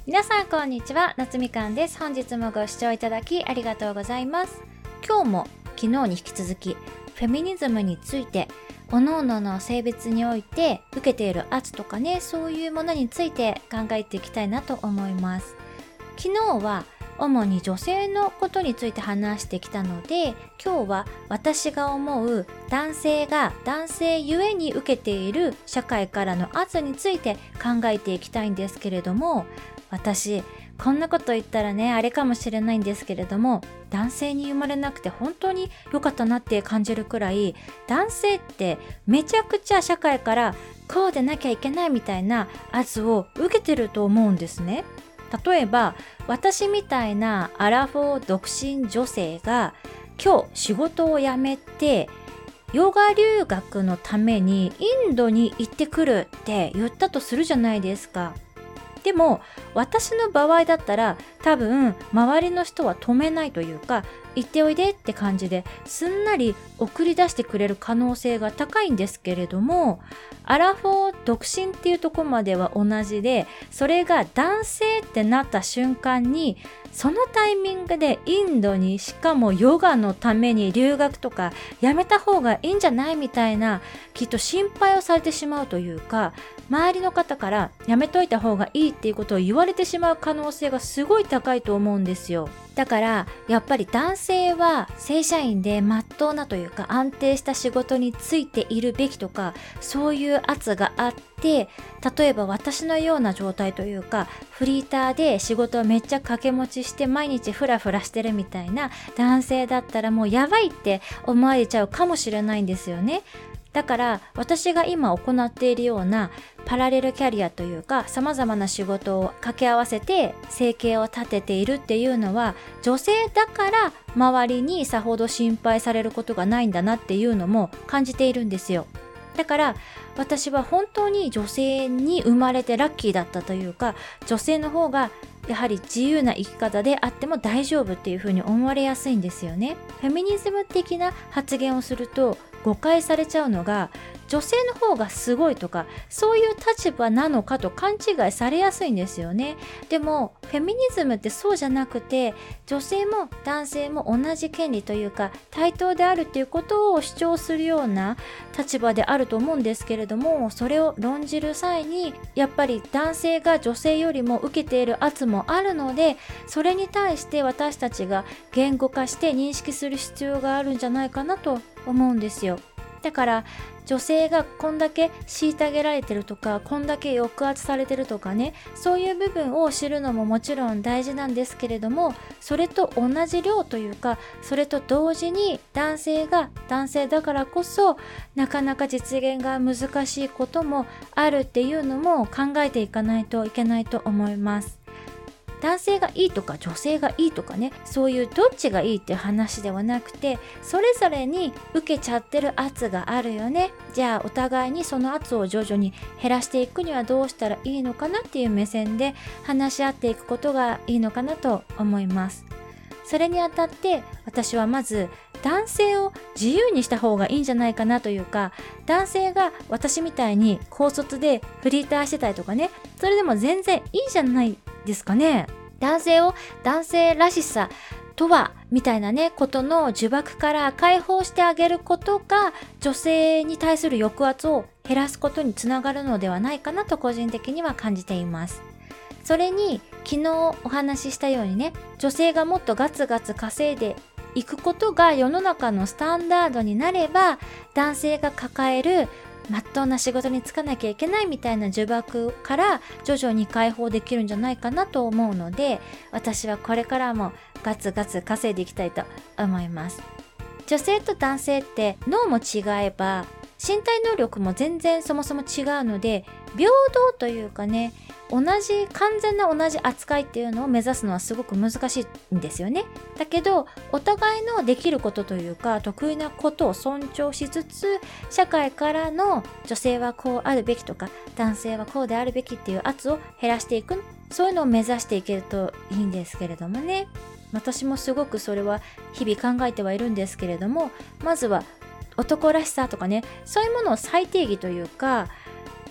皆さんこんにちは、夏みかんです。本日もご視聴いただきありがとうございます。今日も昨日に引き続きフェミニズムについて、各々の性別において受けている圧とかね、そういうものについて考えていきたいなと思います。昨日は主に女性のことについて話してきたので、今日は私が思う男性が男性ゆえに受けている社会からの圧について考えていきたいんですけれども、私こんなこと言ったらね、あれかもしれないんですけれども、男性に生まれなくて本当に良かったなって感じるくらい、男性ってめちゃくちゃ社会からこうでなきゃいけないみたいな圧を受けてると思うんですね。例えば私みたいなアラフォー独身女性が今日仕事を辞めてヨガ留学のためにインドに行ってくるって言ったとするじゃないですか。でも私の場合だったら多分周りの人は止めないというか、行っておいでって感じですんなり送り出してくれる可能性が高いんですけれども、アラフォー独身っていうところまでは同じで、それが男性ってなった瞬間にそのタイミングでインドに、しかもヨガのために留学とかやめた方がいいんじゃないみたいな、きっと心配をされてしまうというか、周りの方からやめといた方がいいっていうことを言われてしまう可能性がすごい高いと思うんですよ。だからやっぱり男性は正社員で真っ当なというか安定した仕事に就いているべきとか、そういう圧があって、例えば私のような状態というか、フリーターで仕事をめっちゃ掛け持ちして毎日フラフラしてるみたいな男性だったらもうやばいって思われちゃうかもしれないんですよね。だから私が今行っているようなパラレルキャリアというか、様々な仕事を掛け合わせて生計を立てているっていうのは、女性だから周りにさほど心配されることがないんだなっていうのも感じているんですよ。だから私は本当に女性に生まれてラッキーだったというか、女性の方がやはり自由な生き方であっても大丈夫っていう風に思われやすいんですよね。フェミニズム的な発言をすると誤解されちゃうのが、女性の方がすごいとかそういう立場なのかと勘違いされやすいんですよね。でもフェミニズムってそうじゃなくて、女性も男性も同じ権利というか対等であるっていうことを主張するような立場であると思うんですけれども、それを論じる際にやっぱり男性が女性よりも受けている圧もあるので、それに対して私たちが言語化して認識する必要があるんじゃないかなと思うんですよ。だから女性がこんだけ虐げられてるとか、こんだけ抑圧されてるとかね、そういう部分を知るのももちろん大事なんですけれども、それと同じ量というか、それと同時に男性が男性だからこそなかなか実現が難しいこともあるっていうのも考えていかないといけないと思います。男性がいいとか女性がいいとかね、そういうどっちがいいっていう話ではなくて、それぞれに受けちゃってる圧があるよね。じゃあお互いにその圧を徐々に減らしていくにはどうしたらいいのかなっていう目線で話し合っていくことがいいのかなと思います。それにあたって私はまず男性を自由にした方がいいんじゃないかなというか、男性が私みたいに高卒でフリーターしてたりとかね、それでも全然いいじゃないですかね。男性を男性らしさとはみたいなね、ことの呪縛から解放してあげることが女性に対する抑圧を減らすことにつながるのではないかなと個人的には感じています。それに昨日お話ししたようにね、女性がもっとガツガツ稼いでいくことが世の中のスタンダードになれば、男性が抱えるまっとうな仕事に就かなきゃいけないみたいな呪縛から徐々に解放できるんじゃないかなと思うので、私はこれからもガツガツ稼いでいきたいと思います。女性と男性って脳も違えば身体能力も全然そもそも違うので、平等というかね、完全な同じ扱いっていうのを目指すのはすごく難しいんですよね。だけどお互いのできることというか得意なことを尊重しつつ、社会からの女性はこうあるべきとか男性はこうであるべきっていう圧を減らしていく、そういうのを目指していけるといいんですけれどもね。私もすごくそれは日々考えてはいるんですけれども、まずは男らしさとかね、そういうものを再定義というか、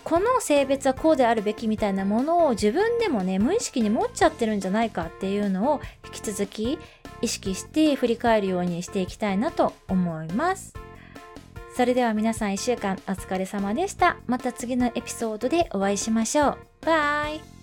この性別はこうであるべきみたいなものを自分でもね無意識に持っちゃってるんじゃないかっていうのを引き続き意識して振り返るようにしていきたいなと思います。それでは皆さん1週間お疲れ様でした。また次のエピソードでお会いしましょう。バイ。